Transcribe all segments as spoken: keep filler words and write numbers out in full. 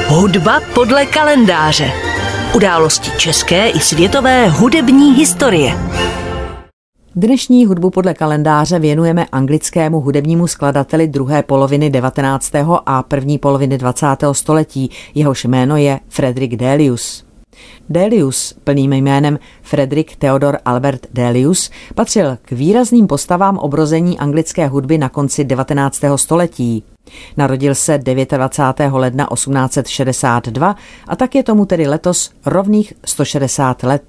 Hudba podle kalendáře. Události české i světové hudební historie. Dnešní hudbu podle kalendáře věnujeme anglickému hudebnímu skladateli druhé poloviny devatenáctého a první poloviny dvacátého století. Jehož jméno je Frederick Delius. Delius, plným jménem Frederick Theodor Albert Delius, patřil k výrazným postavám obrození anglické hudby na konci devatenáctého století. Narodil se dvacátého devátého ledna osmnáct set šedesát dva a tak je tomu tedy letos rovných sto šedesát let.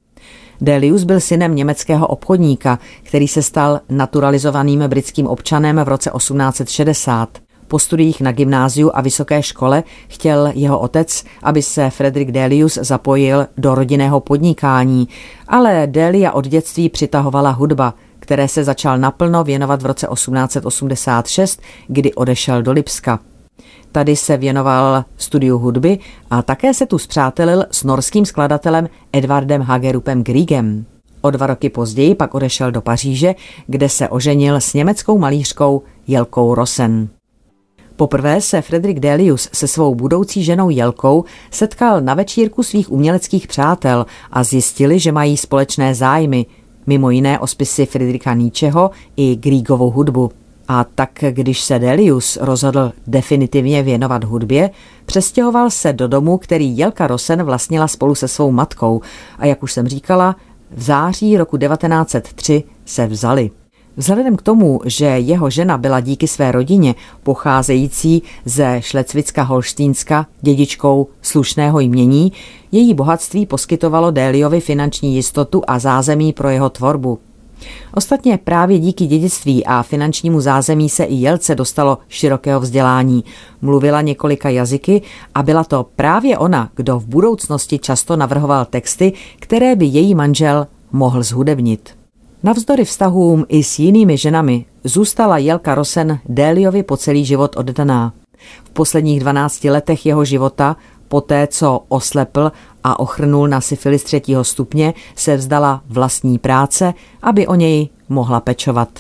Delius byl synem německého obchodníka, který se stal naturalizovaným britským občanem v roce osmnáct set šedesát. Po studiích na gymnáziu a vysoké škole chtěl jeho otec, aby se Frederick Delius zapojil do rodinného podnikání, ale Delia od dětství přitahovala hudba, které se začal naplno věnovat v roce osmnáct set osmdesát šest, kdy odešel do Lipska. Tady se věnoval studiu hudby a také se tu spřátelil s norským skladatelem Edvardem Hagerupem Griegem. O dva roky později pak odešel do Paříže, kde se oženil s německou malířkou Jelkou Rosen. Poprvé se Frederick Delius se svou budoucí ženou Jelkou setkal na večírku svých uměleckých přátel a zjistili, že mají společné zájmy, mimo jiné o spisy Friedricha Nietzscheho i Griegovou hudbu. A tak, když se Delius rozhodl definitivně věnovat hudbě, přestěhoval se do domu, který Jelka Rosen vlastnila spolu se svou matkou a jak už jsem říkala, v září roku devatenáct set tři se vzali. Vzhledem k tomu, že jeho žena byla díky své rodině pocházející ze Šlecvicka-Holštínska dědičkou slušného jmění, její bohatství poskytovalo Deliovi finanční jistotu a zázemí pro jeho tvorbu. Ostatně právě díky dědictví a finančnímu zázemí se i Jelce dostalo širokého vzdělání. Mluvila několika jazyky a byla to právě ona, kdo v budoucnosti často navrhoval texty, které by její manžel mohl zhudebnit. Navzdory vztahům i s jinými ženami zůstala Jelka Rosen Deliovi po celý život oddaná. V posledních dvanácti letech jeho života, poté co oslepl a ochrnul na syfilis třetího stupně, se vzdala vlastní práce, aby o něj mohla pečovat.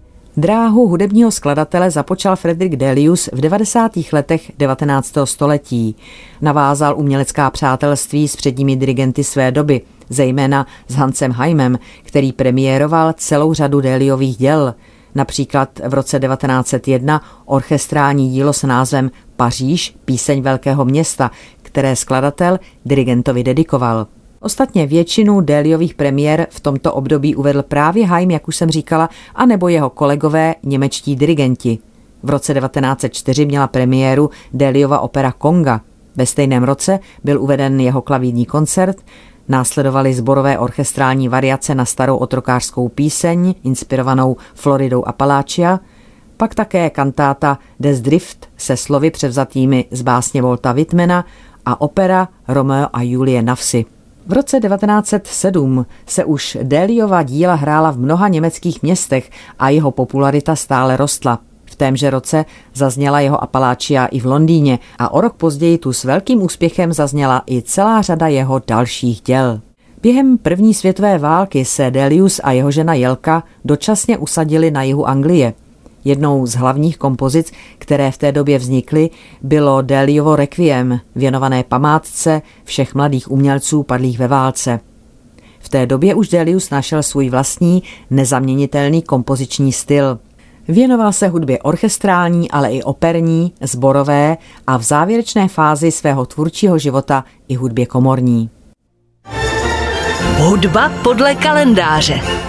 Dráhu hudebního skladatele započal Frederick Delius v devadesátých letech devatenáctého století. Navázal umělecká přátelství s předními dirigenty své doby, zejména s Hansem Haymem, který premiéroval celou řadu Deliových děl, například v roce devatenáct set jedna orchestrální dílo s názvem Paříž, píseň velkého města, které skladatel dirigentovi dedikoval. Ostatně většinu Deliových premiér v tomto období uvedl právě Haym, jak už jsem říkala, anebo jeho kolegové němečtí dirigenti. V roce devatenáct set čtyři měla premiéru Deliova opera Konga. Ve stejném roce byl uveden jeho klavírní koncert, následovaly sborové orchestrální variace na starou otrokářskou píseň, inspirovanou Floridou Appalachia, pak také kantáta Des Drift se slovy převzatými z básně Walta Whitmana a opera Romeo a Julie na vsi. V roce devatenáct set sedm se už Deliova díla hrála v mnoha německých městech a jeho popularita stále rostla. V témže roce zazněla jeho Appalachia i v Londýně a o rok později tu s velkým úspěchem zazněla i celá řada jeho dalších děl. Během první světové války se Delius a jeho žena Jelka dočasně usadili na jihu Anglie. Jednou z hlavních kompozic, které v té době vznikly, bylo Deliovo Requiem, věnované památce všech mladých umělců padlých ve válce. V té době už Delius našel svůj vlastní, nezaměnitelný kompoziční styl. Věnoval se hudbě orchestrální, ale i operní, sborové a v závěrečné fázi svého tvůrčího života i hudbě komorní. Hudba podle kalendáře.